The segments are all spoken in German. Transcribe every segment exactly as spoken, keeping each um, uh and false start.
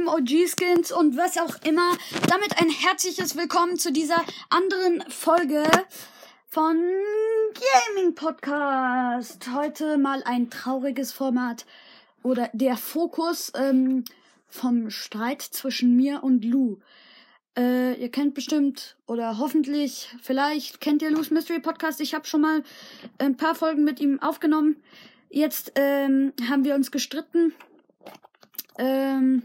lieben O G-Skins und was auch immer. Damit ein herzliches Willkommen zu dieser anderen Folge von Gaming Podcast. Heute mal ein trauriges Format oder der Fokus ähm, vom Streit zwischen mir und Lou. Äh, ihr kennt bestimmt oder hoffentlich, vielleicht kennt ihr Lou's Mystery Podcast. Ich habe schon mal ein paar Folgen mit ihm aufgenommen. Jetzt ähm, haben wir uns gestritten. Ähm,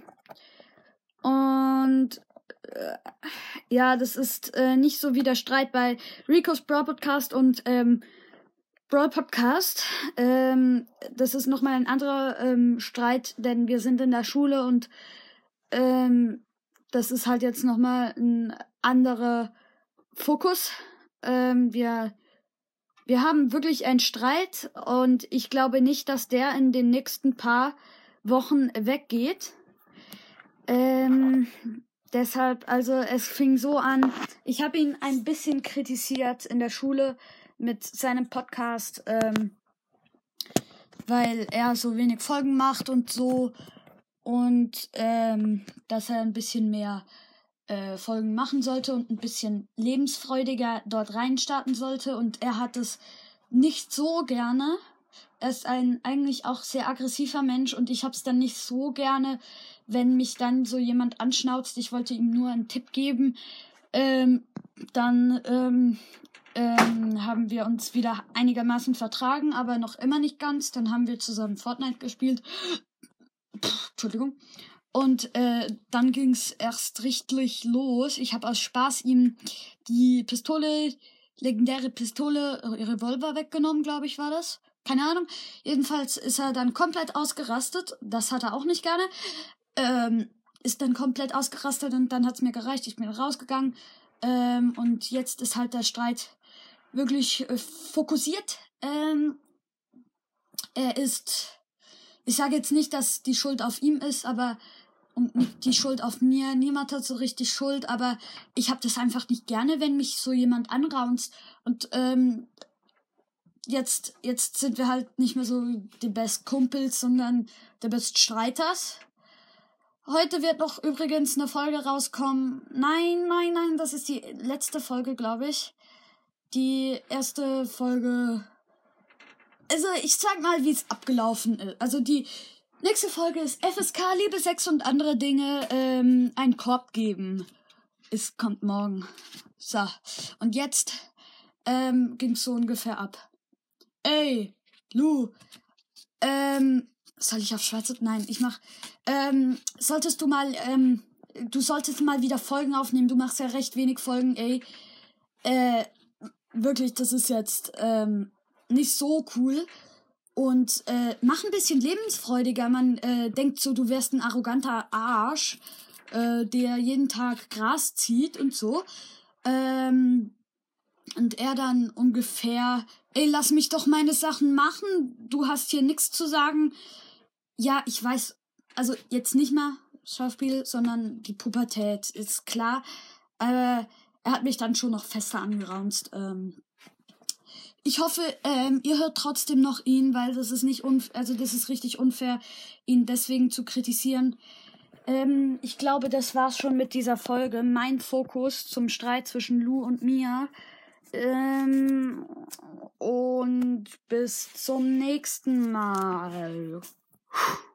und äh, ja, das ist äh, nicht so wie der Streit bei Rico's Brawl Podcast und ähm, Brawl Podcast. Ähm, das ist nochmal ein anderer ähm, Streit, denn wir sind in der Schule und ähm, das ist halt jetzt nochmal ein anderer Fokus. Ähm, wir, wir haben wirklich einen Streit und ich glaube nicht, dass der in den nächsten paar Wochen weggeht. Ähm, deshalb, also es fing so an, ich habe ihn ein bisschen kritisiert in der Schule mit seinem Podcast, ähm, weil er so wenig Folgen macht und so und ähm, dass er ein bisschen mehr äh, Folgen machen sollte und ein bisschen lebensfreudiger dort reinstarten sollte und er hat es nicht so gerne. Er ist ein eigentlich auch sehr aggressiver Mensch und ich hab's dann nicht so gerne, wenn mich dann so jemand anschnauzt. Ich wollte ihm nur einen Tipp geben. Ähm, dann ähm, ähm, haben wir uns wieder einigermaßen vertragen, aber noch immer nicht ganz. Dann haben wir zusammen Fortnite gespielt. Puh, Entschuldigung. Und äh, dann ging's erst richtig los. Ich habe aus Spaß ihm die Pistole, legendäre Pistole, Revolver weggenommen, glaube ich, war das. Keine Ahnung. Jedenfalls ist er dann komplett ausgerastet. Das hat er auch nicht gerne. Ähm, ist dann komplett ausgerastet und dann hat's mir gereicht. Ich bin rausgegangen. Ähm, und jetzt ist halt der Streit wirklich äh, fokussiert. Ähm, er ist... Ich sage jetzt nicht, dass die Schuld auf ihm ist, aber... Und nicht die Schuld auf mir. Niemand hat so richtig Schuld, aber ich habe das einfach nicht gerne, wenn mich so jemand anraunzt. Und, ähm... Jetzt, jetzt sind wir halt nicht mehr so die Best Kumpels, sondern die Best Streiters. Heute wird noch übrigens eine Folge rauskommen. Nein, nein, nein, das ist die letzte Folge, glaube ich. Die erste Folge... Also, ich sag mal, wie es abgelaufen ist. Also, die nächste Folge ist F S K, Liebe, Sex und andere Dinge, ähm, einen Korb geben. Es kommt morgen. So, und jetzt, ähm, ging's so ungefähr ab. Ey, Lou, ähm, soll ich auf Schwarz? Nein, ich mach, ähm, solltest du mal, ähm, du solltest mal wieder Folgen aufnehmen, du machst ja recht wenig Folgen, ey, äh, wirklich, das ist jetzt, ähm, nicht so cool und, äh, mach ein bisschen lebensfreudiger, man, äh, denkt so, du wärst ein arroganter Arsch, äh, der jeden Tag Gras zieht und so, ähm, und er dann ungefähr, ey, lass mich doch meine Sachen machen, du hast hier nichts zu sagen. Ja, ich weiß, also jetzt nicht mal Schauspiel, sondern die Pubertät, ist klar. Aber er hat mich dann schon noch fester angeraunzt. Ähm, ich hoffe, ähm, ihr hört trotzdem noch ihn, weil das ist nicht unfair, also das ist richtig unfair, ihn deswegen zu kritisieren. Ähm, ich glaube, das war's schon mit dieser Folge. Mein Fokus zum Streit zwischen Lou und Mia. Ähm, und bis zum nächsten Mal.